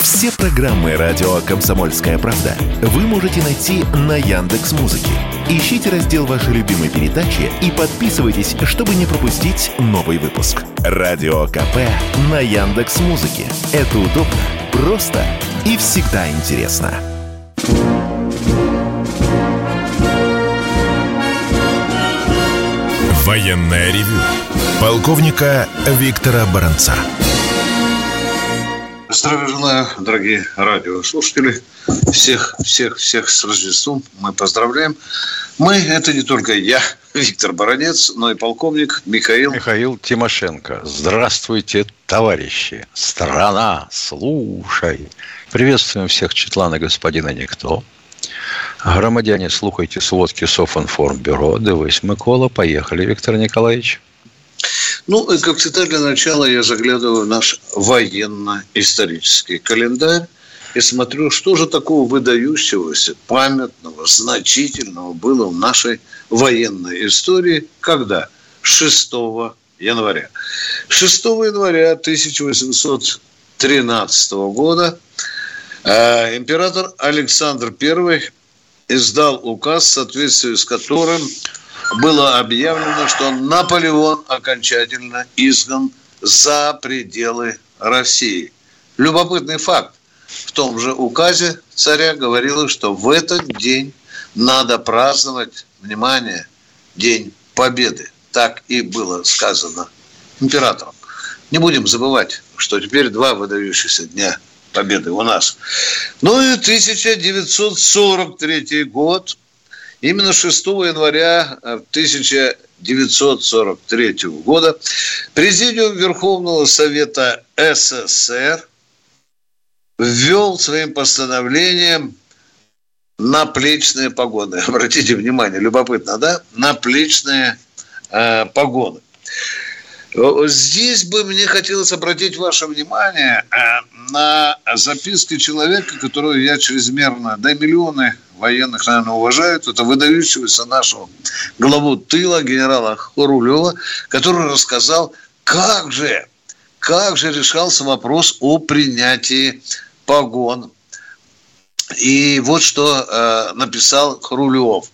Все программы радио «Комсомольская правда» вы можете найти на Яндекс.Музыке. Ищите раздел вашей любимой передачи и подписывайтесь, чтобы не пропустить новый выпуск. Радио КП на Яндекс.Музыке. Это удобно, просто и всегда интересно. Военное ревю полковника Виктора Баранца. Здравия желаю, дорогие радиослушатели. Всех с Рождеством мы поздравляем. Мы, это не только я, Виктор Баранец, но и полковник Михаил Тимошенко. Здравствуйте, товарищи. Страна, слушай. Приветствуем всех Четлана господина Никто. Громадяне, слухайте сводки Софинформбюро. Дивись, Микола. Поехали, Виктор Николаевич. Ну, и как всегда, для начала я заглядываю в наш военно-исторический календарь и смотрю, что же такого выдающегося, памятного, значительного было в нашей военной истории, когда 6 января. 6 января 1813 года император Александр I издал указ, в соответствии с которым было объявлено, что Наполеон окончательно изгнан за пределы России. Любопытный факт. В том же указе царя говорилось, что в этот день надо праздновать, внимание, День Победы. Так и было сказано императором. Не будем забывать, что теперь 2 выдающихся дня Победы у нас. Ну и 1943 год. Именно 6 января 1943 года Президиум Верховного Совета СССР ввел своим постановлением наплечные погоны. Обратите внимание, любопытно, да? Наплечные погоны. Здесь бы мне хотелось обратить ваше внимание на записки человека, которого я чрезмерно, да и миллионы военных, наверное, уважают. Это выдающегося нашего главу тыла, генерала Хрулева, который рассказал, как же решался вопрос о принятии погон. И вот что написал Хрулев.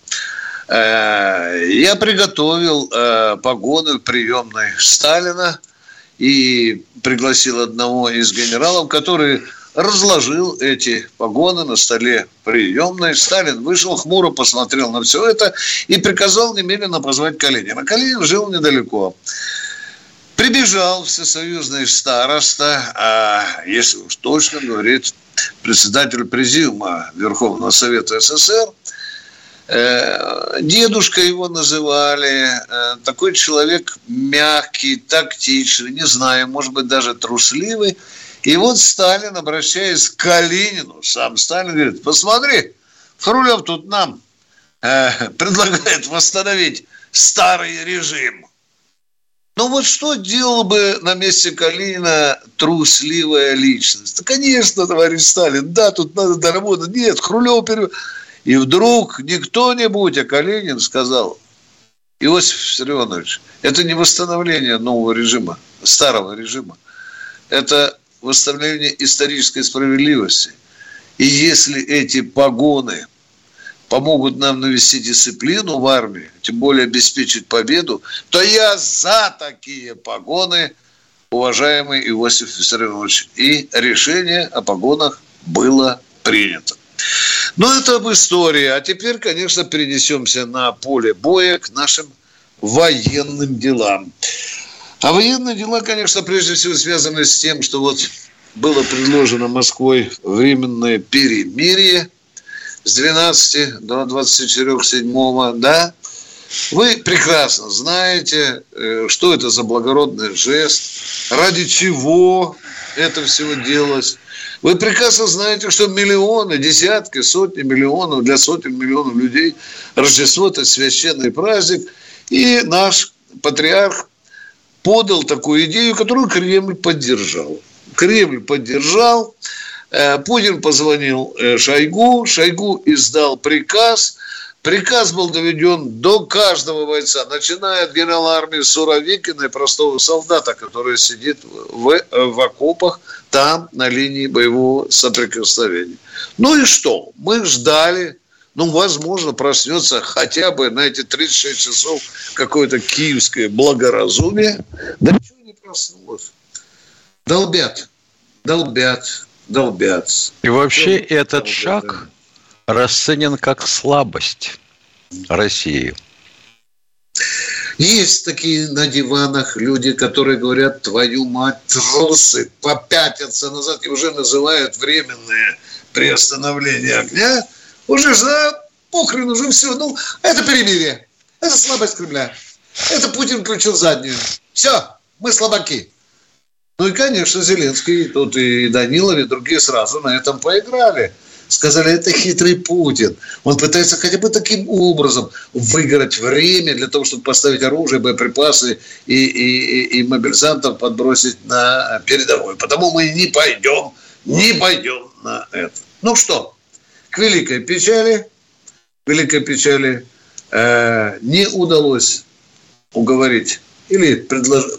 Я приготовил погоны в приемной Сталина и пригласил одного из генералов, который разложил эти погоны на столе приемной. Сталин вышел, хмуро посмотрел на все это и приказал немедленно позвать Калинина. Калинин жил недалеко. Прибежал всесоюзный староста, если уж точно говорит председатель Президиума Верховного Совета СССР, дедушка его называли, такой человек мягкий, тактичный, не знаю, может быть, даже трусливый. И вот Сталин, обращаясь к Калинину, сам Сталин говорит: посмотри, Хрулев тут нам предлагает восстановить старый режим. Ну вот что делал бы на месте Калинина трусливая личность? Да, конечно, товарищ Сталин, да, тут надо доработать. Нет, Хрулев И вдруг не кто-нибудь, а Калинин сказал: Иосиф Виссарионович, это не восстановление нового режима, старого режима. Это восстановление исторической справедливости. И если эти погоны помогут нам навести дисциплину в армии, тем более обеспечить победу, то я за такие погоны, уважаемый Иосиф Виссарионович. И решение о погонах было принято. Но это об истории. А теперь, конечно, перенесемся на поле боя к нашим военным делам. А военные дела, конечно, прежде всего связаны с тем, что вот было предложено Москвой временное перемирие с 12 до 24/7, да? Вы прекрасно знаете, что это за благородный жест, ради чего это все делалось. Вы прекрасно знаете, что миллионы, десятки, сотни миллионов, для сотен миллионов людей Рождество – это священный праздник. И наш патриарх подал такую идею, которую Кремль поддержал. Путин позвонил Шойгу, Шойгу издал приказ, Приказ был доведен до каждого бойца, начиная от генерала армии Суровикина и простого солдата, который сидит в окопах там, на линии боевого соприкосновения. Ну и что? Мы ждали, возможно, проснется хотя бы на эти 36 часов какое-то киевское благоразумие. Да ничего не проснулось. Долбят. И вообще этот шаг расценен как слабость России. Есть такие на диванах люди, которые говорят: твою мать, трусы, попятятся назад и уже называют временное приостановление огня. Уже похрен, уже все. Это перемирие. Это слабость Кремля. Это Путин включил заднюю. Все, мы слабаки. И, конечно, Зеленский, тут и Данилов, и другие сразу на этом поиграли. Сказали, это хитрый Путин. Он пытается хотя бы таким образом выиграть время для того, чтобы поставить оружие, боеприпасы и мобилизантов подбросить на передовой. Потому мы не пойдем на это. Что, к великой печали не удалось уговорить или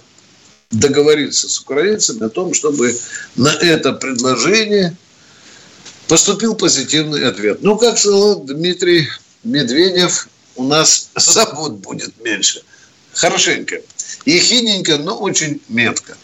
договориться с украинцами о том, чтобы на это предложение поступил позитивный ответ. Как сказал Дмитрий Медведев, у нас забот будет меньше. Хорошенько. Ехидненько, но очень метко.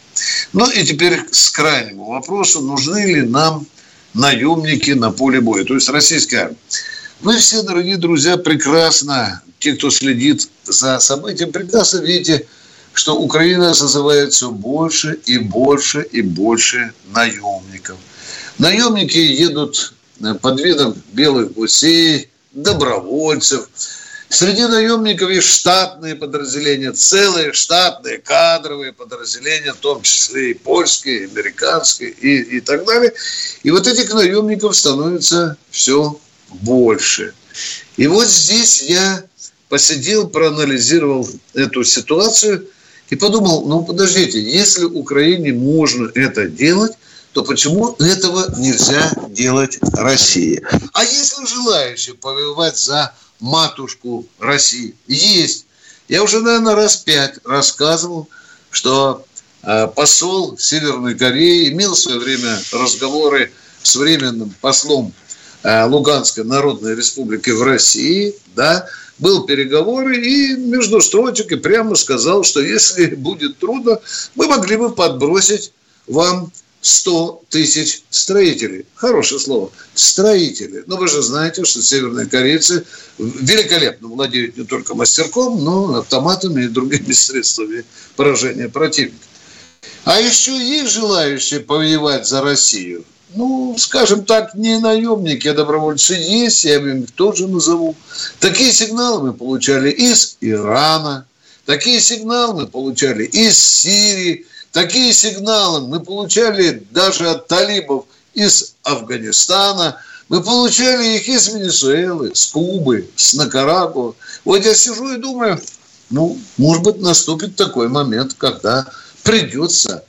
И теперь к крайнему вопросу, нужны ли нам наемники на поле боя, то есть российская армия. Вы все, дорогие друзья, прекрасно, те, кто следит за событием, прекрасно видите, что Украина созывает все больше и больше и больше наемников. Наемники едут под видом белых гусей, добровольцев. Среди наемников есть штатные подразделения, целые штатные кадровые подразделения, в том числе и польские, и американские и так далее. И этих наемников становится все больше. И здесь я посидел, проанализировал эту ситуацию и подумал, подождите, если Украине можно это делать, то почему этого нельзя делать России? А есть ли желающие повоевать за матушку России? Есть. Я уже, наверное, раз 5 рассказывал, что посол Северной Кореи имел в свое время разговоры с временным послом Луганской Народной Республики в России, да, был переговоры, и между строчек и прямо сказал, что если будет трудно, мы могли бы подбросить вам 100 тысяч строителей. Хорошее слово. Строители. Вы же знаете, что северные корейцы великолепно владеют не только мастерком, но и автоматами и другими средствами поражения противника. А еще есть желающие повоевать за Россию. Скажем так, не наемники, а добровольцы есть, я их тоже назову. Такие сигналы мы получали из Ирана, такие сигналы мы получали из Сирии, такие сигналы мы получали даже от талибов из Афганистана, мы получали их из Венесуэлы, с Кубы, с Никарагуа. Я сижу и думаю, может быть, наступит такой момент, когда придется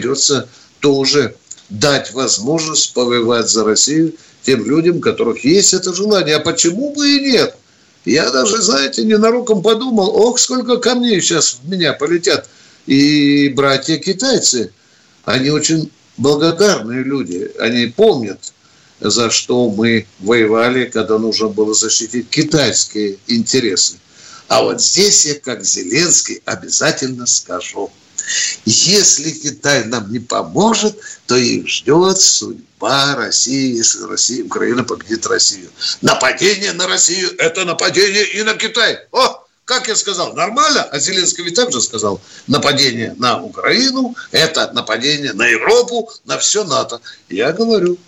тоже дать возможность повоевать за Россию тем людям, у которых есть это желание. А почему бы и нет? Я даже, знаете, ненароком подумал, сколько камней сейчас в меня полетят. И братья-китайцы, они очень благодарные люди. Они помнят, за что мы воевали, когда нужно было защитить китайские интересы. А здесь я, как Зеленский, обязательно скажу. Если Китай нам не поможет, то их ждет судьба России, если Украина победит Россию. Нападение на Россию – это нападение и на Китай. Как я сказал, нормально? А Зеленский ведь также сказал, нападение на Украину – это нападение на Европу, на все НАТО. Я говорю,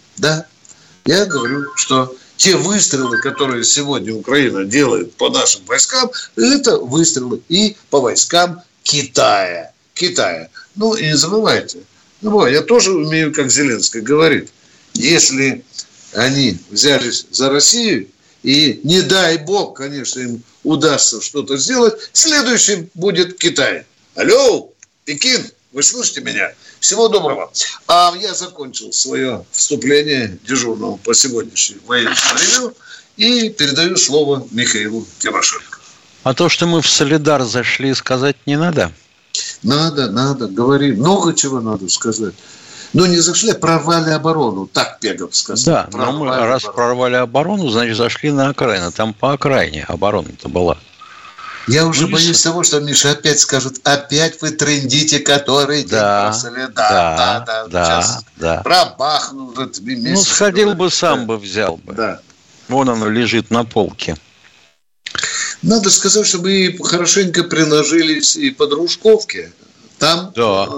что те выстрелы, которые сегодня Украина делает по нашим войскам, это выстрелы и по войскам Китая. И не забывайте, я тоже умею, как Зеленский говорит, если они взялись за Россию, и не дай бог, конечно, им удастся что-то сделать, следующим будет Китай. Алло, Пекин, Вы слышите меня? Всего доброго. А я закончил свое вступление дежурного по сегодняшнему военному ревью и передаю слово Михаилу Тимошенко. А то, что мы в Солидар зашли, сказать не надо? Надо, говори. Много чего надо сказать. Но не зашли, прорвали оборону. Так Пегов сказал. Да, но мы раз прорвали оборону, значит, зашли на окраину. Там по окраине оборона-то была. Я уже боюсь того, что Миша опять скажут, опять вы трындите который день про Солидар. Да. Пробахнул этот месяц. Ну, сходил бы, сам бы взял бы. Да. Вон оно лежит на полке. Надо сказать, что мы хорошенько приложились и по Дружковке. Там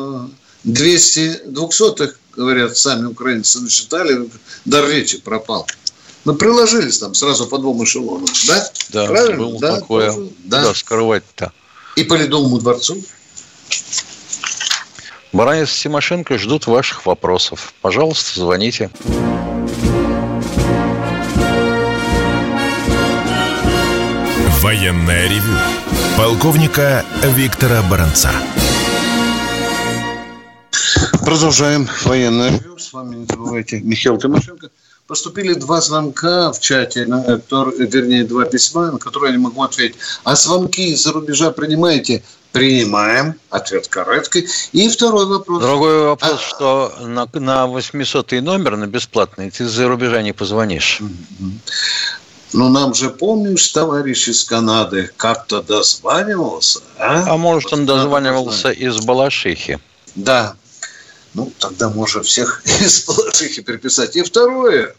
200-200, говорят, сами украинцы насчитали, дар речи пропал. Мы приложились там сразу по двум эшелонам, да? Да, правильно? было такое. Да, скрывать-то. И по Ледовому дворцу. Баранец и Тимошенко ждут ваших вопросов. Пожалуйста, звоните. Военное ревю полковника Виктора Баранца. Продолжаем военное ревю. С вами, не забывайте, Михаил Тимошенко. Поступили 2 звонка в чате, два письма, на которые я не могу ответить. А звонки из-за рубежа принимаете? Принимаем. Ответ короткий. И второй вопрос. Другой вопрос, что на 800-й номер, на бесплатный, ты из-за рубежа не позвонишь. Ну, нам же, помнишь, товарищ из Канады как-то дозванивался, А может, он дозванивался из Балашихи. Да. Ну, тогда можно всех из Балашихи переписать. И второе.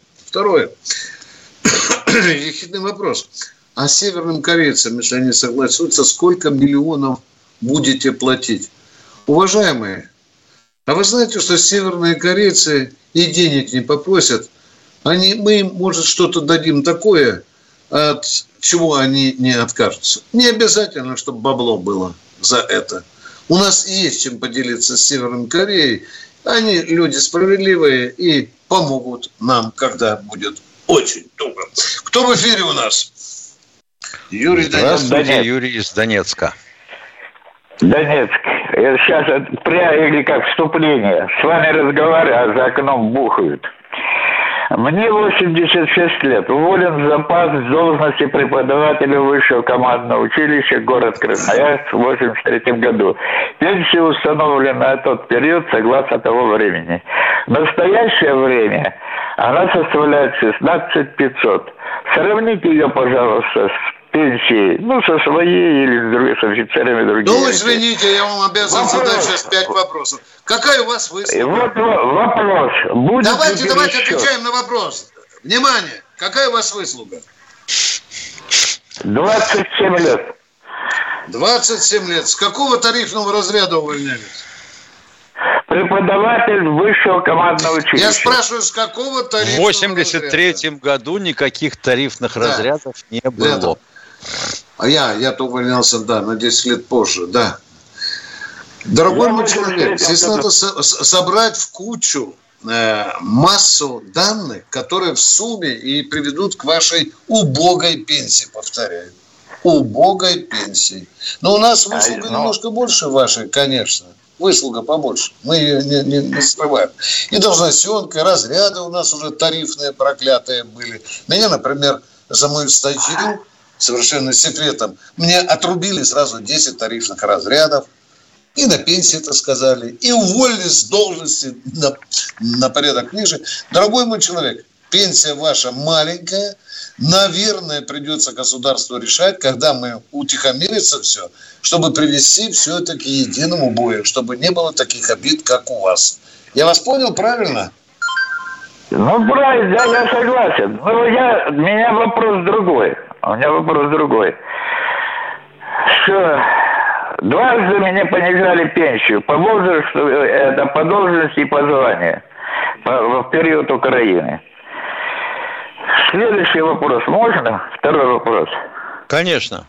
Ехидный вопрос. А северным корейцам, если они согласятся, сколько миллионов будете платить? Уважаемые, а вы знаете, что северные корейцы и денег не попросят? Мы им, может, что-то дадим такое, от чего они не откажутся. Не обязательно, чтобы бабло было за это. У нас есть чем поделиться с Северной Кореей. Они люди справедливые и помогут нам, когда будет очень туго. Кто в эфире у нас? Юрий Здравствуйте, Юрий из Донецка. Донецк. Сейчас или как вступление. С вами разговариваю, а за окном бухают. Мне 86 лет. Уволен в запас с должности преподавателя высшего командного училища город Красноярск в 83 году. Пенсия установлена на тот период согласно того времени. В настоящее время она составляет 16 500. Сравните ее, пожалуйста, с пенсией, со своей или с офицерами других. Ну, извините, я вам обязан задать сейчас 5 вопросов. Какая у вас выслуга? Вот вопрос. Давайте отвечаем на вопрос. Внимание, какая у вас выслуга? 27 лет. 27 лет. С какого тарифного разряда увольнялись? Преподаватель высшего командного училища. Я спрашиваю, с какого тарифного разряда? В 83-м году никаких тарифных разрядов не было. А я-то увольнялся, на 10 лет позже, да. Дорогой мой человек, здесь надо собрать в кучу массу данных, которые в сумме и приведут к вашей убогой пенсии, повторяю. Убогой пенсии. Но у нас выслуга немножко больше вашей, конечно. Выслуга побольше. Мы ее не скрываем. И должностенка, и разряды у нас уже тарифные, проклятые были. Меня, например, за мою статью, совершенно секретом, мне отрубили сразу 10 тарифных разрядов. И на пенсии это сказали. И уволили с должности на порядок ниже. Дорогой мой человек, пенсия ваша маленькая. Наверное, придется государству решать, когда мы утихомирится все, чтобы привести все это к единому бою, чтобы не было таких обид, как у вас. Я вас понял правильно? Правильно, да, я согласен. У меня вопрос другой. Что дважды мне понижали пенсию по возрасту, это по должности и по званию в период Украины. Следующий вопрос. Можно? Второй вопрос. Конечно.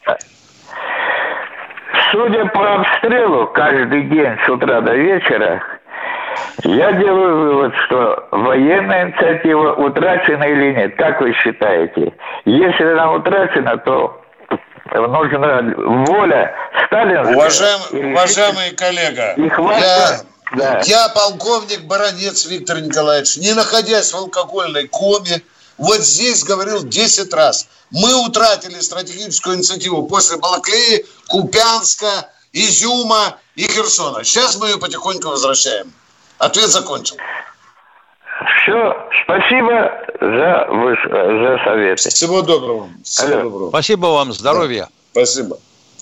Судя по обстрелу каждый день с утра до вечера, я делаю вывод, что военная инициатива утрачена или нет. Как вы считаете? Если она утрачена, то нужна воля Сталина. Уважаемый коллега, я полковник Баранец Виктор Николаевич, не находясь в алкогольной коме, вот здесь говорил 10 раз. Мы утратили стратегическую инициативу после Балаклеи, Купянска, Изюма и Херсона. Сейчас мы ее потихоньку возвращаем. Ответ закончил. Все, спасибо за советы. Всего доброго. Спасибо вам, здоровья. Да. Спасибо.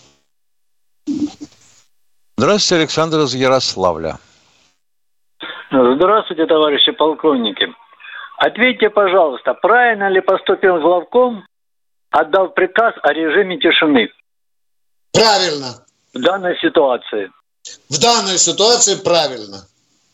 Здравствуйте, Александр из Ярославля. Здравствуйте, товарищи полковники. Ответьте, пожалуйста, правильно ли поступил главком, отдав приказ о режиме тишины? Правильно. В данной ситуации. В данной ситуации правильно.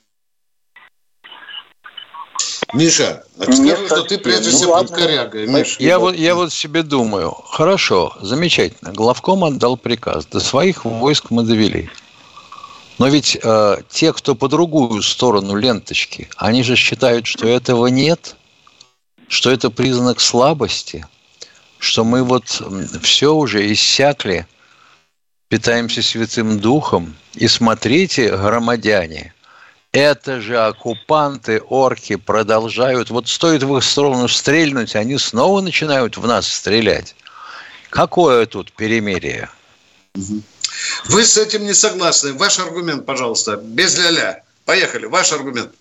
Миша, скажу, что ты прежде всего под корягой. Я вот себе думаю, хорошо, замечательно, главком отдал приказ, до своих войск мы довели. Но ведь те, кто по другую сторону ленточки, они же считают, что этого нет, что это признак слабости, что мы вот все уже иссякли, питаемся Святым Духом. И смотрите, громадяне, это же оккупанты, орки продолжают. Вот стоит в их сторону стрельнуть, они снова начинают в нас стрелять. Какое тут перемирие? Вы с этим не согласны. Ваш аргумент, пожалуйста, без ля-ля. Поехали, ваш аргумент.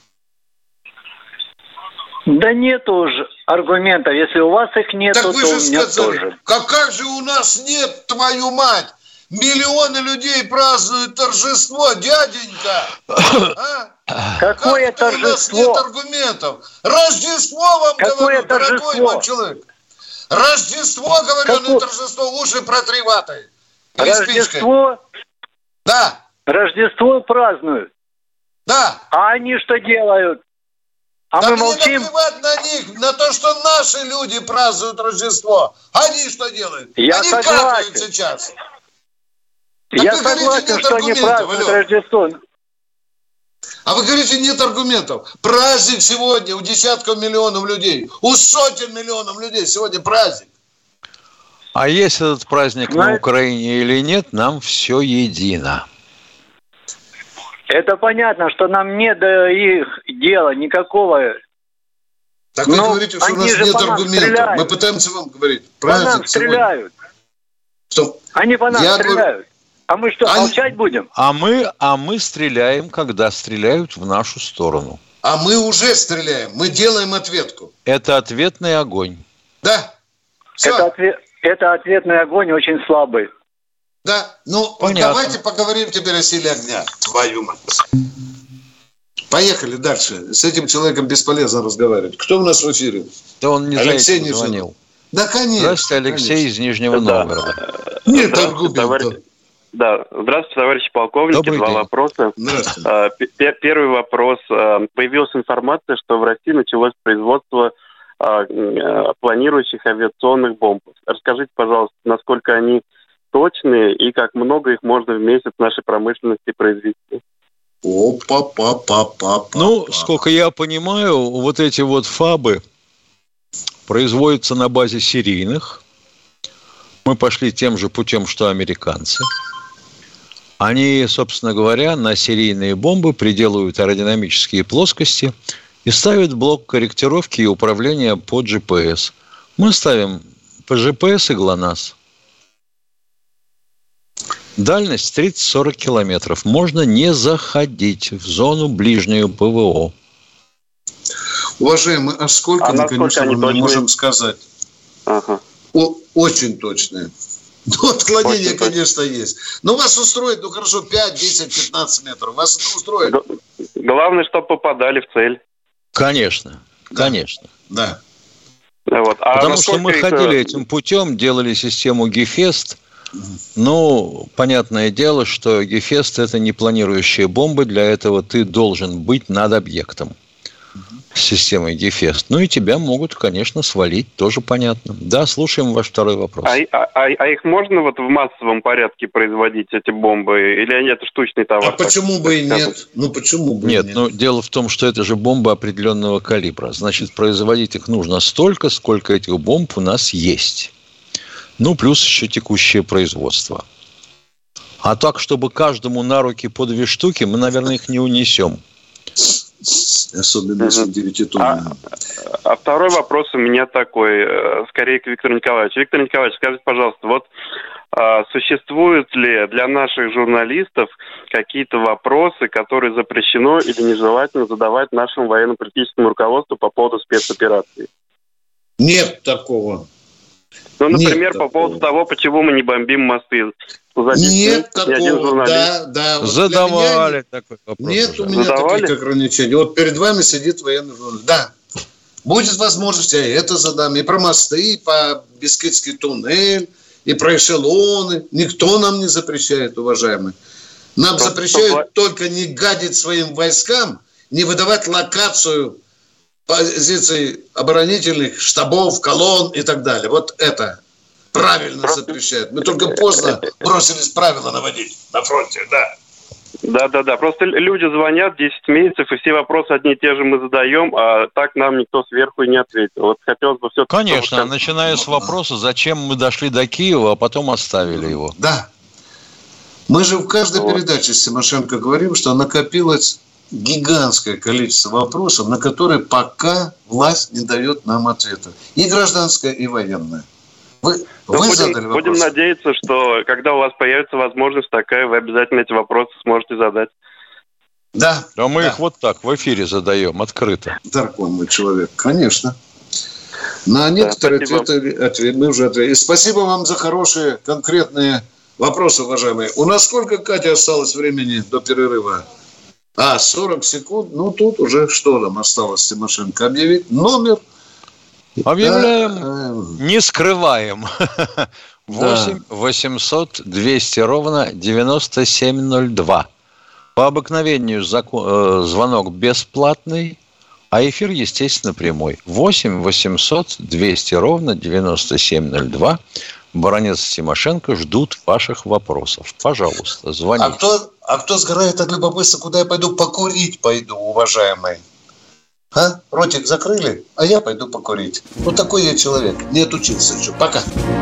Да нет уже аргументов. Если у вас их нет, то у меня тоже. Как же у нас нет, твою мать? Миллионы людей празднуют торжество, дяденька. Какое торжество? У нас нет аргументов. Рождество вам какое говорю, торжество? дорогой мой человек. Рождество, говорю, не торжество, уши протри ватой. Рождество? Да. Рождество празднуют? Да. А они что делают? А да мы молчим? наплевать на них, на то, что наши люди празднуют Рождество. Они что делают? Я они согласен. какают сейчас. Я согласен, что они празднуют Рождество. А вы говорите, нет аргументов. Праздник сегодня у десятков миллионов людей, у сотен миллионов людей сегодня праздник. А есть этот праздник на Украине или нет, нам все едино. Это понятно, что нам нет до их дела никакого. Так вы говорите, что у нас нет аргументов. Стреляют. Мы пытаемся вам говорить. По нам стреляют. Что? Они по нам стреляют. А мы что, молчать будем? А мы стреляем, когда стреляют в нашу сторону. А мы уже стреляем. Мы делаем ответку. Это ответный огонь. Да. Это ответный огонь очень слабый. Да, ну давайте поговорим теперь о силе огня. Твою мать. Поехали дальше. С этим человеком бесполезно разговаривать. Кто у нас в эфире? Да он не Алексей за этим звонил. Да, конечно. Здравствуйте, Алексей из Нижнего Новгорода. Нет аргументов. Да, здравствуйте, товарищи полковники. Добрый Два день. вопроса. Первый вопрос. Появилась информация, что в России началось производство планирующих авиационных бомб. Расскажите, пожалуйста, насколько они точные и как много их можно в месяц в нашей промышленности произвести? Ну, сколько я понимаю, вот эти вот фабы производятся на базе серийных. Мы пошли тем же путем, что американцы. Они, собственно говоря, на серийные бомбы приделывают аэродинамические плоскости и ставят блок корректировки и управления по GPS. Мы ставим по GPS и ГЛОНАСС. Дальность 30-40 километров. Можно не заходить в зону ближнюю ПВО. Уважаемые, а сколько мы, конечно, мы можем сказать? Ага. Очень точные. Ну, отклонения, конечно, есть. Но вас устроит, ну, хорошо, 5, 10, 15 метров. Вас это устроит? Главное, чтобы попадали в цель. Конечно, конечно. Да. Вот. Потому что мы ходили этим путем, делали систему Гефест. Ну, понятное дело, что Гефест – это не планирующая бомба. Для этого ты должен быть над объектом с системой Гефест. Ну, и тебя могут, конечно, свалить, тоже понятно. Да, слушаем ваш второй вопрос. А их можно вот в массовом порядке производить, эти бомбы? Или это штучный товар? А почему бы и нет? Ну, почему бы нет? Ну, дело в том, что это же бомбы определенного калибра. Значит, производить их нужно столько, сколько этих бомб у нас есть. Ну, плюс еще текущее производство. А так, чтобы каждому на руки по 2 штуки, мы, наверное, их не унесем. Особенно если 9-тонные. А второй вопрос у меня такой, скорее к Виктору Николаевичу. Виктор Николаевич, скажите, пожалуйста, вот существуют ли для наших журналистов какие-то вопросы, которые запрещено или нежелательно задавать нашему военно-политическому руководству по поводу спецоперации? Нет такого. Ну, например, по поводу того, почему мы не бомбим мосты. Нет такого, да. Вот задавали такой вопрос. Нет у меня таких ограничений. Вот перед вами сидит военный журналист. Да, будет возможность, я это задам. И про мосты, и по Бискитский туннель, и про эшелоны. Никто нам не запрещает, уважаемые. Нам запрещают только не гадить своим войскам, не выдавать локацию позиций оборонительных штабов, колонн и так далее. Вот это правильно запрещают. Мы только поздно бросились правила наводить на фронте, да. Да. Просто люди звонят 10 месяцев, и все вопросы одни и те же мы задаем, а так нам никто сверху и не ответил. Вот хотелось бы все... Конечно, начиная с вопроса, зачем мы дошли до Киева, а потом оставили его. Да. Мы же в каждой передаче с Тимошенко говорим, что накопилось гигантское количество вопросов, на которые пока власть не дает нам ответа. И гражданская, и военная. Вы задали вопрос. Будем надеяться, что когда у вас появится возможность такая, вы обязательно эти вопросы сможете задать. Да. А мы их вот так в эфире задаем, открыто. Дорогой мой человек, конечно. На некоторые ответы мы уже ответили. Спасибо вам за хорошие, конкретные вопросы, уважаемые. У нас сколько, Катя, осталось времени до перерыва? 40 секунд. Ну, тут уже что там осталось, Тимошенко? Объявить номер. Объявляем, не скрываем. 8 800 200 ровно 9702. По обыкновению звонок бесплатный, а эфир, естественно, прямой. 8 800 200 ровно 9702. Баронец Тимошенко ждут ваших вопросов. Пожалуйста, звоните. А кто сгорает от любопытства, куда я пойду? Покурить пойду, уважаемый. Ротик закрыли, а я пойду покурить. Вот такой я человек. Не отучился еще. Пока.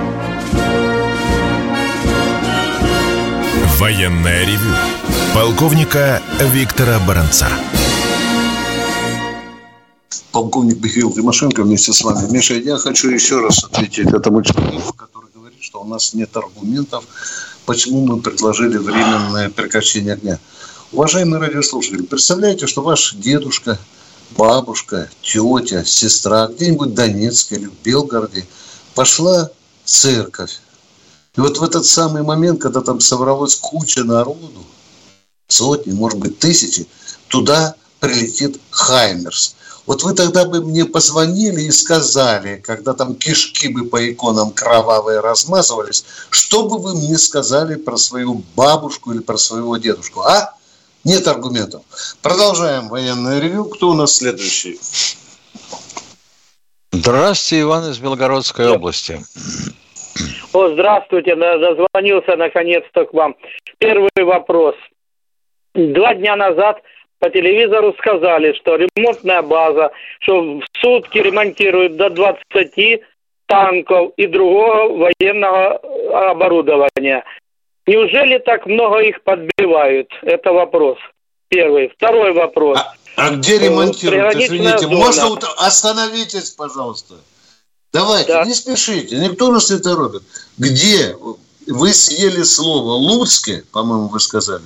Военное ревю полковника Виктора Баранца. Полковник Михаил Тимошенко вместе с вами. Миша, я хочу еще раз ответить этому человеку, который говорит, что у нас нет аргументов, почему мы предложили временное прекращение огня. Уважаемые радиослушатели, представляете, что ваш дедушка, бабушка, тетя, сестра где-нибудь в Донецке или в Белгороде пошла в церковь. И вот в этот самый момент, когда там собралась куча народу, сотни, может быть, тысячи, туда прилетит «Хаймерс». Вот вы тогда бы мне позвонили и сказали, когда там кишки бы по иконам кровавые размазывались, что бы вы мне сказали про свою бабушку или про своего дедушку, а? Нет аргументов. Продолжаем военное ревью. Кто у нас следующий? Здравствуйте, Иван из Белгородской области. Здравствуйте, дозвонился наконец-то к вам. Первый вопрос. 2 дня назад по телевизору сказали, что ремонтная база, что в сутки ремонтируют до 20 танков и другого военного оборудования. Неужели так много их подбивают? Это вопрос. Первый. Второй вопрос. А где ремонтируют? Извините, можно остановитесь, пожалуйста. Давайте, не спешите, никто нас не торопит. Где? Вы съели слово «Луцке», по-моему, вы сказали.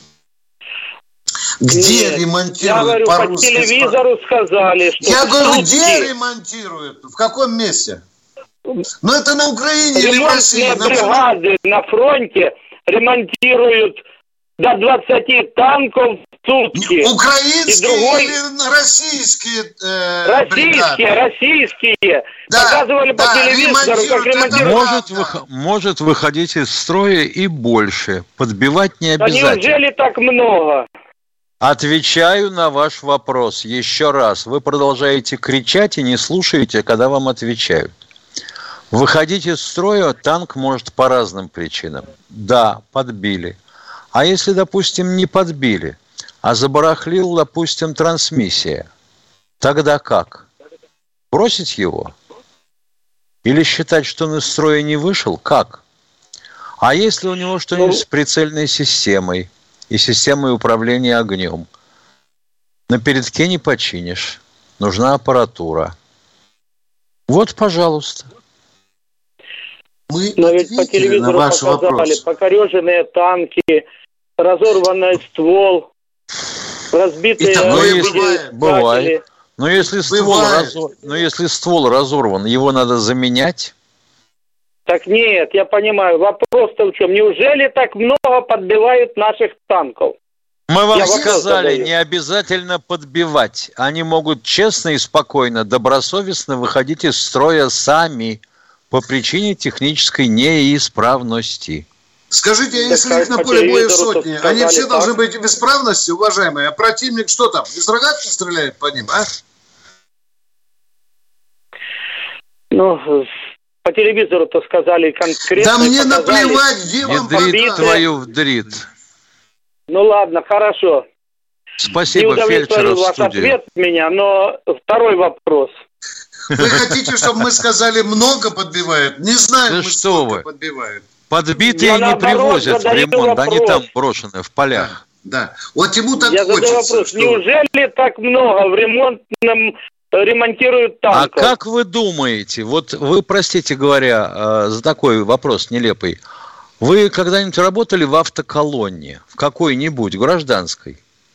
Где ремонтируют? Я говорю, по телевизору сказали, что... Я говорю, где ремонтируют? В каком месте? Ну, это на Украине или в России? Бригады на фронте ремонтируют до 20 танков в сутки. Украинские или российские бригады? Российские. Да, показывали по телевизору, как ремонтируют. Может выходить из строя и больше. Подбивать не обязательно. Неужели так много? Отвечаю на ваш вопрос еще раз. Вы продолжаете кричать и не слушаете, когда вам отвечают. Выходить из строя танк может по разным причинам. Да, подбили. А если, допустим, не подбили, а забарахлил, допустим, трансмиссия, тогда как? Бросить его? Или считать, что он из строя не вышел? Как? А если у него что-нибудь с прицельной системой и системой управления огнем? На передке не починишь. Нужна аппаратура. Вот, пожалуйста. Но ведь по телевизору показали покореженные танки, разорванный ствол, разбитые... Бывает. Но если ствол разорван, его надо заменять? Так нет, я понимаю. Вопрос-то в чем? Неужели так много подбивают наших танков? Мы вам сказали, не обязательно подбивать. Они могут честно и спокойно, добросовестно выходить из строя сами по причине технической неисправности. Скажите, а если их на поле боя сотни, они все должны быть в исправности, уважаемые, а противник что там, из рогатки стреляет по ним, а? Ну, по телевизору-то сказали конкретно. Да мне наплевать, где вам побиты. Твою вдрит. Ну ладно, хорошо. Спасибо, фельдшер в ваш ответ меня, но второй вопрос. Вы хотите, чтобы мы сказали, много подбивают? Не знаем, мы сколько подбивают. Подбитые не привозят в ремонт, они там брошены в полях. Да. Вот ему так я хочется. Задаю вопрос. Неужели так много в ремонтном ремонтируют танков? А как вы думаете, вот вы, простите говоря, за такой вопрос нелепый, вы когда-нибудь работали в автоколонне, в какой-нибудь гражданской?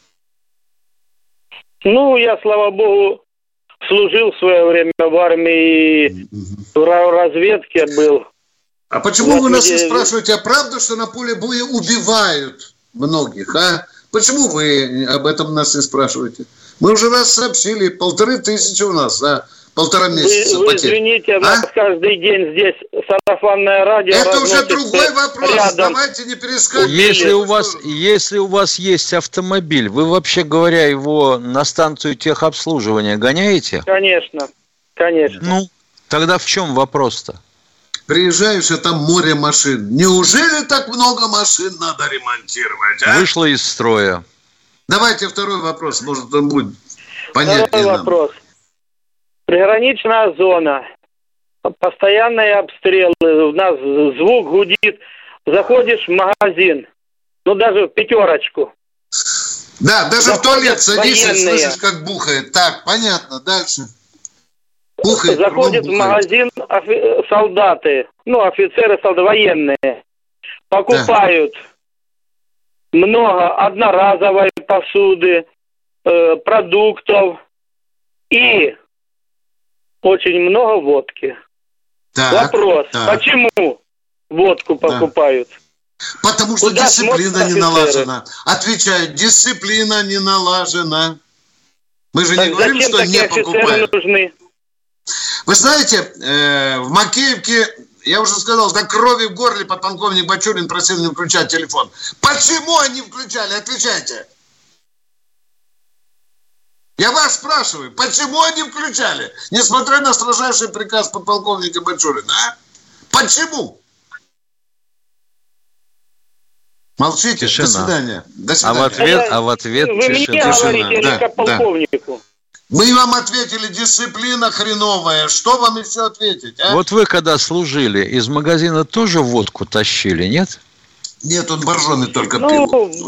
Ну, я, слава богу, служил в свое время в армии и в разведке был. А почему вы нас не спрашиваете, а правда, что на поле боя убивают многих, а? Почему вы об этом нас не спрашиваете? Мы уже раз сообщили, 1500 у нас, да, 1,5 месяца вы извините, у нас каждый день здесь сарафанное радио. Это уже другой вопрос, рядом. Давайте не перескакивайте. Если у вас есть автомобиль, вы, вообще говоря, его на станцию техобслуживания гоняете? Конечно. Ну, тогда в чем вопрос-то? Приезжаешь, а там море машин. Неужели так много машин надо ремонтировать, а? Вышло из строя. Давайте второй вопрос, может, он будет понятнее. Второй вопрос. Приграничная зона. Постоянные обстрелы. У нас звук гудит. Заходишь в магазин. Ну, даже в пятерочку. Да, даже в туалет садишься и слышишь, как бухает. Так, понятно, дальше. Бухает, заходят в магазин солдаты. Ну, офицеры, солдаты, военные. Покупают много одноразовой посуды, продуктов и очень много водки. Вопрос, почему водку покупают? Потому что дисциплина не налажена. Отвечаю, дисциплина не налажена. Мы же не говорим, что не покупаем. Нужны? Вы знаете, в Макеевке, я уже сказал, до крови в горле подполковник Бачурин просил не включать телефон. Почему они включали? Отвечайте. Я вас спрашиваю, почему они включали, несмотря на строжайший приказ подполковника Бачурина, а? Почему? Молчите. Тишина. До свидания. До свидания. А в ответ вы тишина. Мне говорите, или как полковнику? Мы вам ответили, дисциплина хреновая. Что вам еще ответить, а? Вот вы, когда служили, из магазина тоже водку тащили, нет? Нет, он боржоный только пил.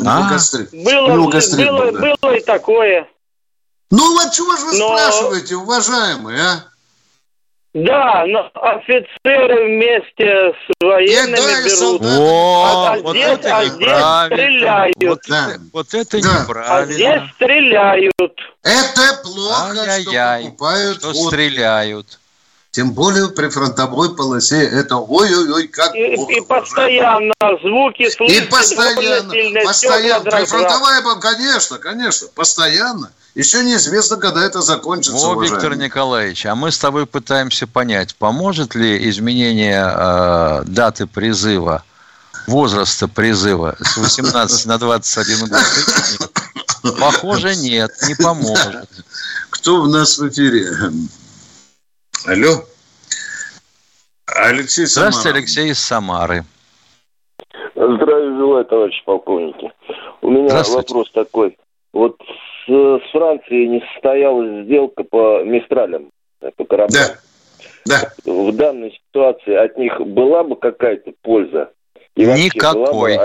Было и такое. Ну вот чего же вы спрашиваете, уважаемые, а? Да, но офицеры вместе с военными берут. Вот это неправильно. Вот это неправильно. А здесь стреляют. Это плохо, что покупают что стреляют. Тем более при фронтовой полосе это ой-ой-ой, как плохо. И постоянно звуки слышны. И постоянно. Прифронтовая, конечно, постоянно. Еще неизвестно, когда это закончится. Виктор Николаевич, а мы с тобой пытаемся понять, поможет ли изменение даты призыва, возраста призыва с 18 на 21 год? Похоже, нет, не поможет. Кто у нас в эфире? Алло? Алексей Самара. Здравствуйте, Алексей из Самары. Здравия желаю, товарищи полковники. У меня вопрос такой. Вот с Францией не состоялась сделка по Мистралям, по кораблям. Да. Да. В данной ситуации от них была бы какая-то польза? Никакой.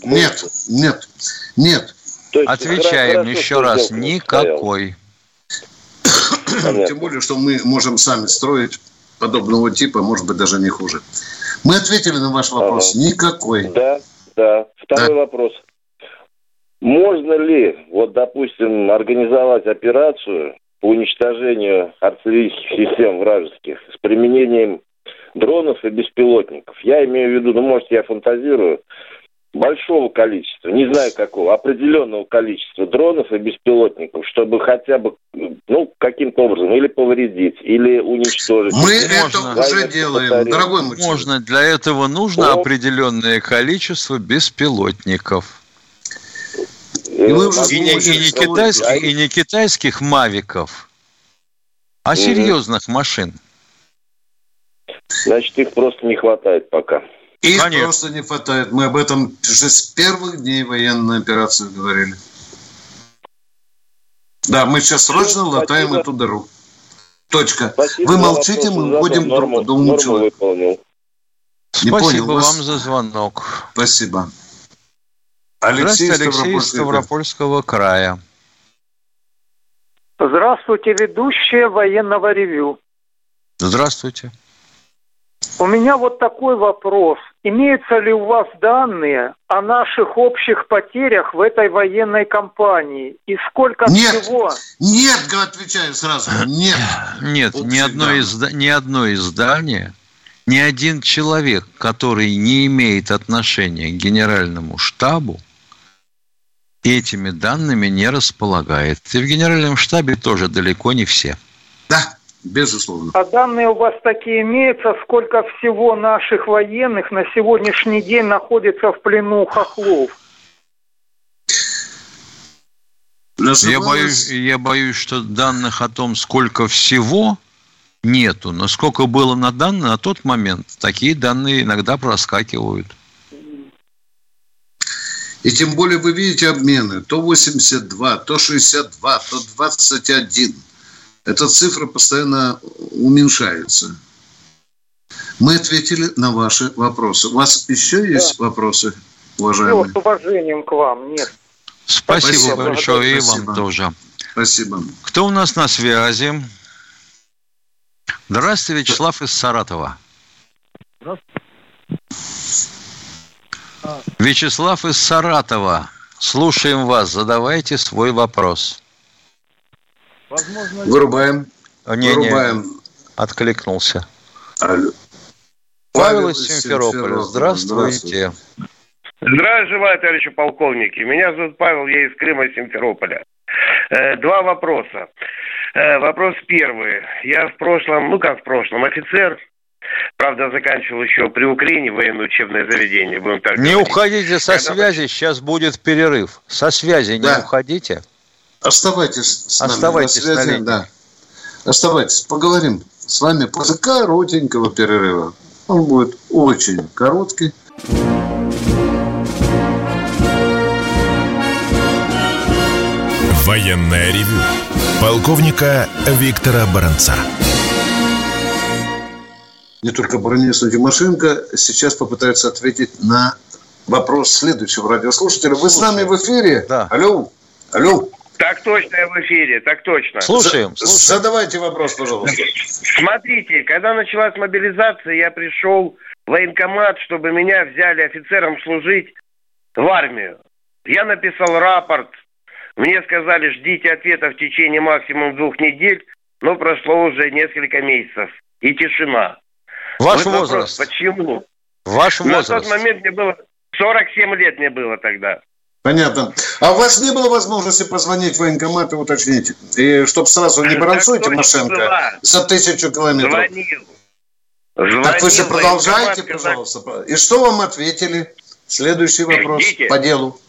Нет. Отвечаем еще раз. Никакой. Тем более, что мы можем сами строить подобного типа, может быть, даже не хуже. Мы ответили на ваш вопрос. Никакой. Да. Второй вопрос. Можно ли, допустим, организовать операцию по уничтожению артиллерийских систем вражеских с применением дронов и беспилотников? Я имею в виду, может, я фантазирую, большого количества, не знаю какого, определенного количества дронов и беспилотников, чтобы хотя бы, каким-то образом или повредить, или уничтожить. Мы это уже делаем, дорогой мой человек. Можно. Для этого нужно определенное количество беспилотников. И не китайских мавиков, а серьезных машин. Значит, их просто не хватает пока. Их просто не хватает. Мы об этом уже с первых дней военной операции говорили. Да, мы сейчас срочно латаем эту дыру. Точка. Спасибо. Вы молчите, мы уходим к другому человеку. Спасибо вам за звонок. Спасибо. Здравствуйте, Алексей из Ставропольского края. Здравствуйте, ведущие военного ревю. Здравствуйте. У меня такой вопрос. Имеются ли у вас данные о наших общих потерях в этой военной кампании? И сколько всего? Нет, отвечаю сразу. Нет. Нет, ни одно издание, ни один человек, который не имеет отношения к генеральному штабу, этими данными не располагает. И в генеральном штабе тоже далеко не все. Да. Безусловно. А данные у вас такие имеются, сколько всего наших военных на сегодняшний день находится в плену у хохлов? Я боюсь, что данных о том, сколько всего, нету. Но сколько было на тот момент, такие данные иногда проскакивают. И тем более вы видите обмены. То 82, то 62, то 21. Эта цифра постоянно уменьшается. Мы ответили на ваши вопросы. У вас еще есть вопросы, уважаемые? С уважением к вам. Нет. Спасибо большое. И вам тоже. Спасибо. Кто у нас на связи? Здравствуйте, Вячеслав из Саратова. Вячеслав из Саратова. Слушаем вас. Задавайте свой вопрос. Вырубаем. Вырубаем. Откликнулся. Алло. Павел из Симферополя. Здравствуйте. Здравия желаю, товарищи полковники. Меня зовут Павел, я из Крыма, Симферополя. Два вопроса. Вопрос первый. Я в прошлом, офицер. Правда, заканчивал еще при Украине военное учебное заведение. Будем так не говорить. Уходите со связи, сейчас будет перерыв. Со связи не уходите. Оставайтесь с нами на связи. Да. Оставайтесь, поговорим с вами после коротенького перерыва. Он будет очень короткий. Военное ревю полковника Виктора Баранца. Не только Баранец, но и Тимошенко сейчас попытаются ответить на вопрос следующего радиослушателя. Вы с нами в эфире? Да. Алло. Так точно, я в эфире, так точно. Слушаем. Задавайте вопрос, пожалуйста. Смотрите, когда началась мобилизация, я пришел в военкомат, чтобы меня взяли офицером служить в армию. Я написал рапорт. Мне сказали, ждите ответа в течение максимум 2 недель, но прошло уже несколько месяцев. И тишина. Ваш возраст? Вопрос, почему? Ваш возраст? На тот момент мне было 47 лет мне было тогда. Понятно. А у вас не было возможности позвонить в военкомат и уточнить? И чтобы сразу не Баранцу и Тимошенко за 1000 километров? Звонил. Так вы же продолжайте, пожалуйста. И что вам ответили? Следующий вопрос по делу.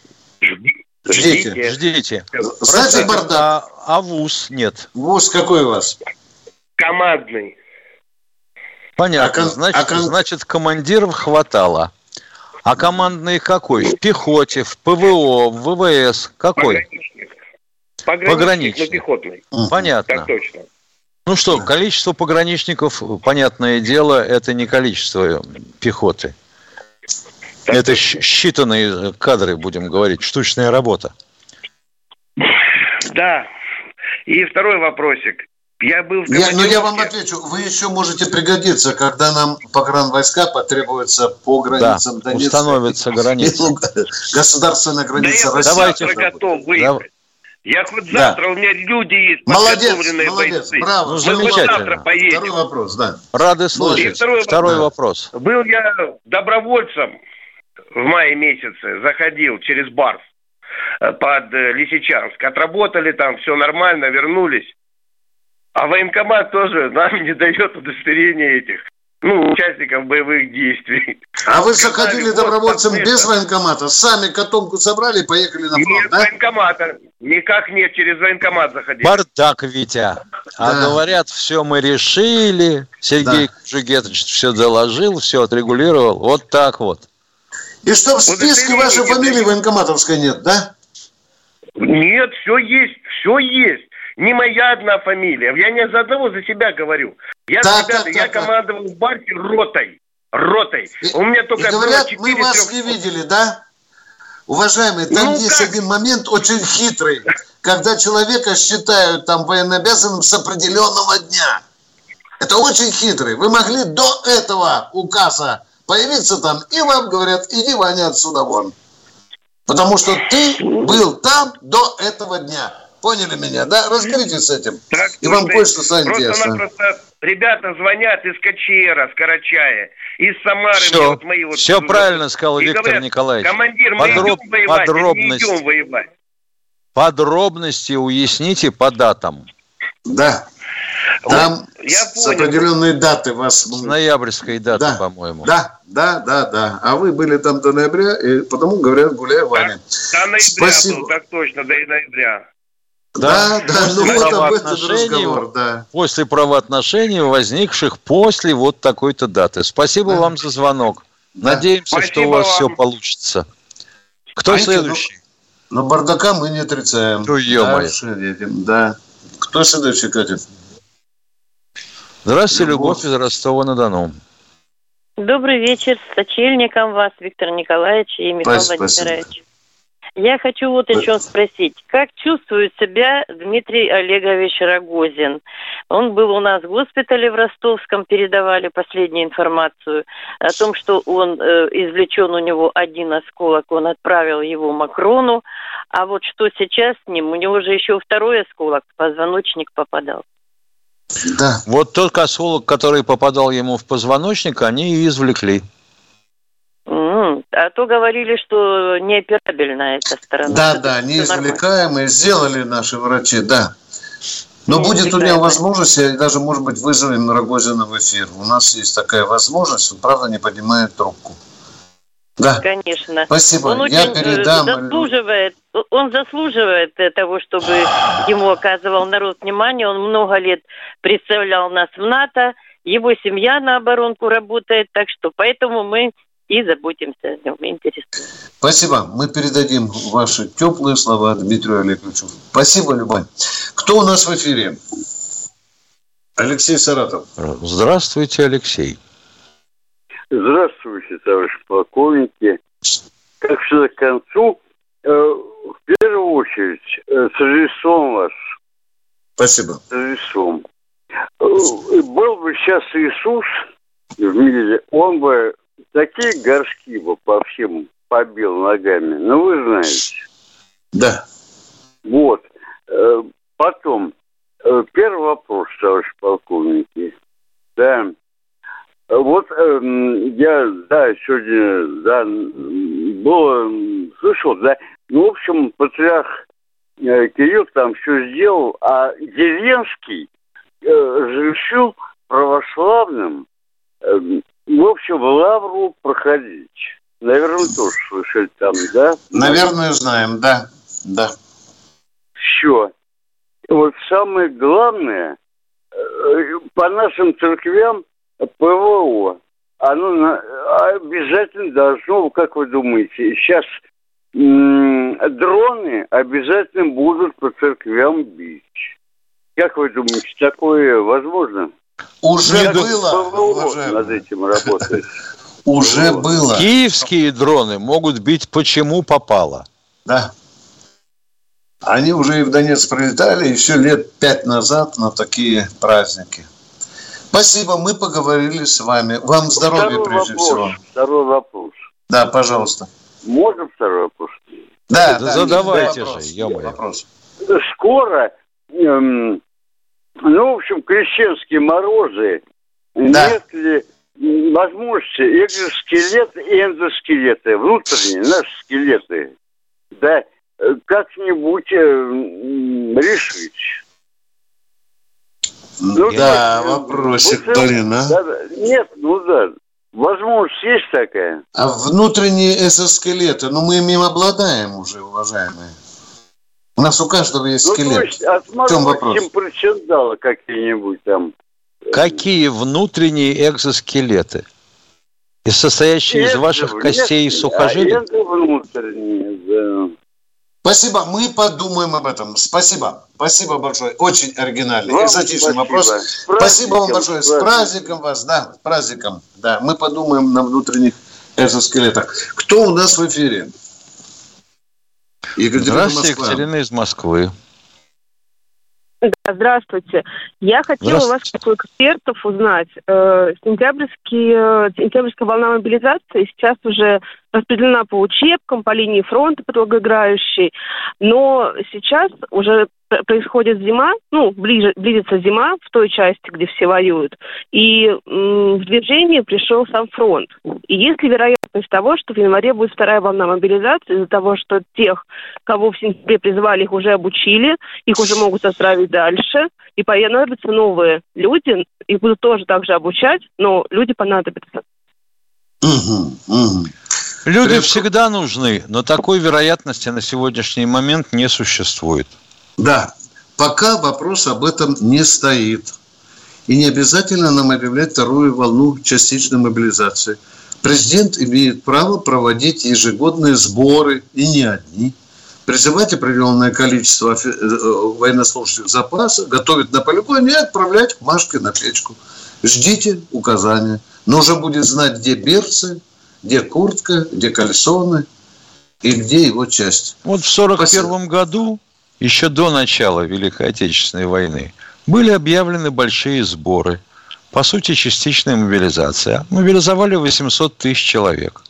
Ждите. Знаете, бардак. А ВУЗ нет? ВУЗ какой у вас? Командный. Понятно. Значит, командиров хватало. А командный какой? В пехоте, в ПВО, в ВВС? Какой? Пограничник. Пограничник. Пехотный. Понятно. Так точно. Ну что, количество пограничников, понятное дело, это не количество пехоты. Это считанные кадры, будем говорить, штучная работа. Да. И второй вопросик. Я был в я вам отвечу. Вы еще можете пригодиться, когда нам погранвойска потребуются по границам Донецка. Установится граница. Государственная граница России. Давайте. Готов выехать. Я хоть завтра, у меня люди есть, подготовленные бойцы. Браво, замечательно. Второй вопрос, да. Рады слышать. Второй вопрос. Был я добровольцем в мае месяце, заходил через Барс под Лисичанск. Отработали там, все нормально, вернулись. А военкомат тоже нам не дает удостоверения этих, участников боевых действий. А вы заходили добровольцем без военкомата? Сами котомку собрали и поехали на фронт, нет, да? Военкомата. Никак нет, через военкомат заходили. Бардак, Витя. А говорят, все мы решили. Сергей Кужегетович все доложил, все отрегулировал. Вот так вот. И что, в списке вашей фамилии военкоматовской нет, да? Нет, все есть, все есть. Не моя одна фамилия. Я не за одного за себя говорю. Я командовал в Барсе ротой. У меня только и говорят, мы вас не видели, да? Уважаемые, там есть один момент очень хитрый, когда человека считают там военнообязанным с определенного дня. Это очень хитрый. Вы могли до этого указа появиться там, и вам говорят, иди, Ваня, отсюда вон. Потому что ты был там до этого дня. Поняли меня, да? Разберитесь с этим. Так, и вам кое-что станет ясно. Просто ребята звонят из Качера, с Карачая, из Самары. Все правильно сказал Виктор говорят, Николаевич. Командир, мы идем воевать, не идем воевать. Подробности уясните по датам. Да. Там с определенной даты вас... С ноябрьской даты, по-моему. Да. А вы были там до ноября, и потому, говорят, гуляй, Ваня. До ноября был, так точно, до ноября. Да, об этом разговор, да. После правоотношений, возникших после вот такой-то даты. Спасибо вам за звонок. Надеемся, что у вас все получится. Кто следующий? Но бардака мы не отрицаем. Да. Кто следующий, Катя? Здравствуйте, Любовь из Ростова-на-Дону. Добрый вечер. С сочельником вас, Виктор Николаевич и Михаил Владимирович. Я хочу вот о чем спросить. Как чувствует себя Дмитрий Олегович Рогозин? Он был у нас в госпитале в Ростовском, передавали последнюю информацию о том, что он извлечен у него один осколок, он отправил его Макрону. А вот что сейчас с ним? У него же еще второй осколок в позвоночник попадал. Да. Вот тот осколок, который попадал ему в позвоночник, они и извлекли. А то говорили, что неоперабельная эта сторона. Да, неизвлекаемые, сделали наши врачи, да. Но будет у него возможность, и даже, может быть, вызовем Рогозина в эфир. У нас есть такая возможность, он, правда, не поднимает трубку. Да. Конечно. Спасибо. Он он заслуживает того, чтобы ему оказывал народ внимание. Он много лет представлял нас в НАТО, его семья на оборонку работает, так что поэтому мы и заботимся о нем, интересуем. Спасибо. Мы передадим ваши теплые слова Дмитрию Олеговичу. Спасибо, Любань. Кто у нас в эфире? Алексей Саратов. Здравствуйте, Алексей. Здравствуйте, товарищ полковники. Как всегда к концу, в первую очередь, с Рождеством вас. Спасибо. С Рождеством. Был бы сейчас Иисус в мире, он бы такие горшки бы по всем побил ногами. Ну, вы знаете. Да. Вот. Потом, первый вопрос, товарищ полковники. Да. Вот я, сегодня, слышал, в общем, патриарх Кирилл там все сделал, а Зеленский решил православным, в общем, в Лавру проходить. Наверное, тоже слышали там, да? Наверное, знаем, да. Все. Вот самое главное, по нашим церквям ПВО, оно обязательно должно, как вы думаете, сейчас дроны обязательно будут по церквям бить. Как вы думаете, такое возможно? Уже было. Над этим работает. Уже было. Киевские дроны могут бить почему попало. Да. Они уже и в Донецк прилетали еще лет 5 назад на такие праздники. Спасибо, мы поговорили с вами. Вам здоровья прежде всего. Второй вопрос. Да, пожалуйста. Можно второй вопрос? Да, задавайте вопрос, же, ё-моё. Вопрос. Скоро, в общем, крещенские морозы, нет ли возможности экзоскелеты и эндоскелеты, внутренние наши скелеты, да, как-нибудь решить? Вопросик, блин, а? Нет, возможность есть такая. А внутренние экзоскелеты, мы ими обладаем уже, уважаемые. У нас у каждого есть скелет. То есть от в чем вопрос? Причиндалы какие-нибудь там. Какие внутренние экзоскелеты? Состоящие из ваших костей и сухожилий? Внутренние, да. Спасибо, мы подумаем об этом. Спасибо большое. Очень оригинальный, экзотичный вопрос. Спасибо вам большое. С праздником вас, да, с праздником. Да, мы подумаем на внутренних экзоскелетах. Кто у нас в эфире? Здравствуйте, Екатерина из Москвы. Да, здравствуйте. Я хотела у вас, как у экспертов, узнать. Сентябрьская волна мобилизации сейчас уже распределена по учебкам, по линии фронта долгоиграющей, но сейчас уже происходит зима, близится зима в той части, где все воюют, и в движение пришел сам фронт. И есть ли вероятность того, что в январе будет вторая волна мобилизации из-за того, что тех, кого в сентябре призвали, их уже обучили, их уже могут отправить дальше, и понадобятся новые люди, их будут тоже так же обучать, но люди понадобятся. Люди всегда нужны, но такой вероятности на сегодняшний момент не существует. Да, пока вопрос об этом не стоит. И не обязательно нам объявлять вторую волну частичной мобилизации. Президент имеет право проводить ежегодные сборы, и не одни. Призывать определенное количество военнослужащих запаса, готовить на полигоне и отправлять к Машке на печку. Ждите указания. Нужно будет знать, где берцы, где куртка, где кальсоны и где его часть. Вот в 1941 году, еще до начала Великой Отечественной войны, были объявлены большие сборы. По сути, частичная мобилизация. Мобилизовали 800 тысяч человек.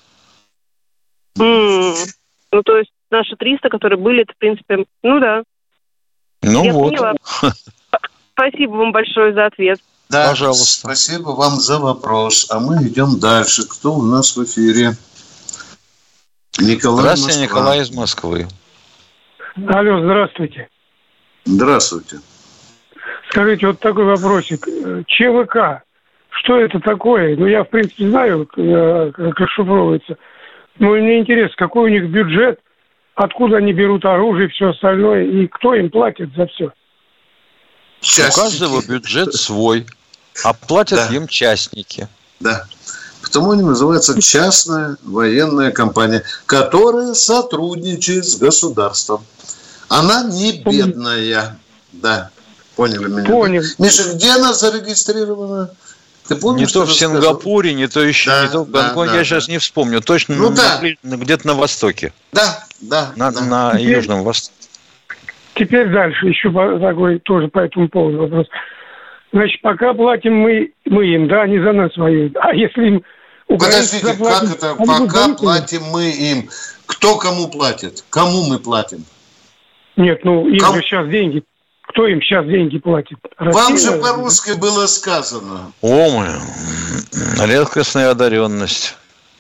То есть наши 300, которые были, это, в принципе, да. Я поняла. Спасибо вам большое за ответ. Да, пожалуйста. Спасибо вам за вопрос. А мы идем дальше. Кто у нас в эфире? Здравствуйте, Николай из Москвы. Алло, здравствуйте. Здравствуйте. Скажите, вот такой вопросик. ЧВК, что это такое? Я, в принципе, знаю, как расшифровывается. Но мне интересно, какой у них бюджет, откуда они берут оружие и все остальное, и кто им платит за все? У каждого бюджет свой, а платят им частники. Да. Потому они называются частная военная компания, которая сотрудничает с государством. Она не бедная. Да. Поняли меня? Понял. Миша, где она зарегистрирована? Ты помнишь, не то в Сингапуре, не то еще, не то в Гонконге, я сейчас не вспомню. Точно где-то на востоке. Да. На Южном Востоке. Теперь дальше, еще такой тоже по этому поводу вопрос. Значит, пока платим мы им, да, они за нас воюют. А если им украинцы заплатят... Подождите, как это? Пока платим мы им. Кто кому платит? Кому мы платим? Нет, им же сейчас деньги. Кто им сейчас деньги платит? Россия? Вам же по-русски было сказано. Редкостная одаренность.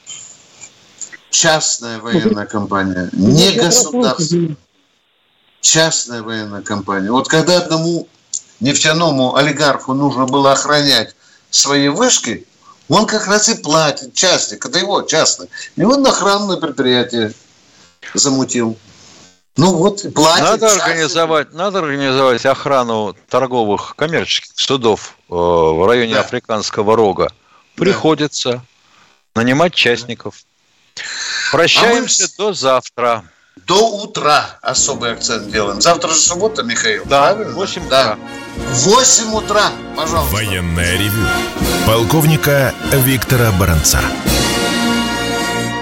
Частная военная компания. Не государственная. Частная военная компания. Вот когда одному нефтяному олигарху нужно было охранять свои вышки, он как раз и платит. Частник, это его частное. И он охранное предприятие замутил. Платит. Надо организовать охрану торговых коммерческих судов в районе Африканского рога. Приходится нанимать частников. Прощаемся до завтра. До утра особый акцент делаем. Завтра же суббота, Михаил. Да, 8 утра. 8 утра, пожалуйста. Военное ревю полковника Виктора Баранца.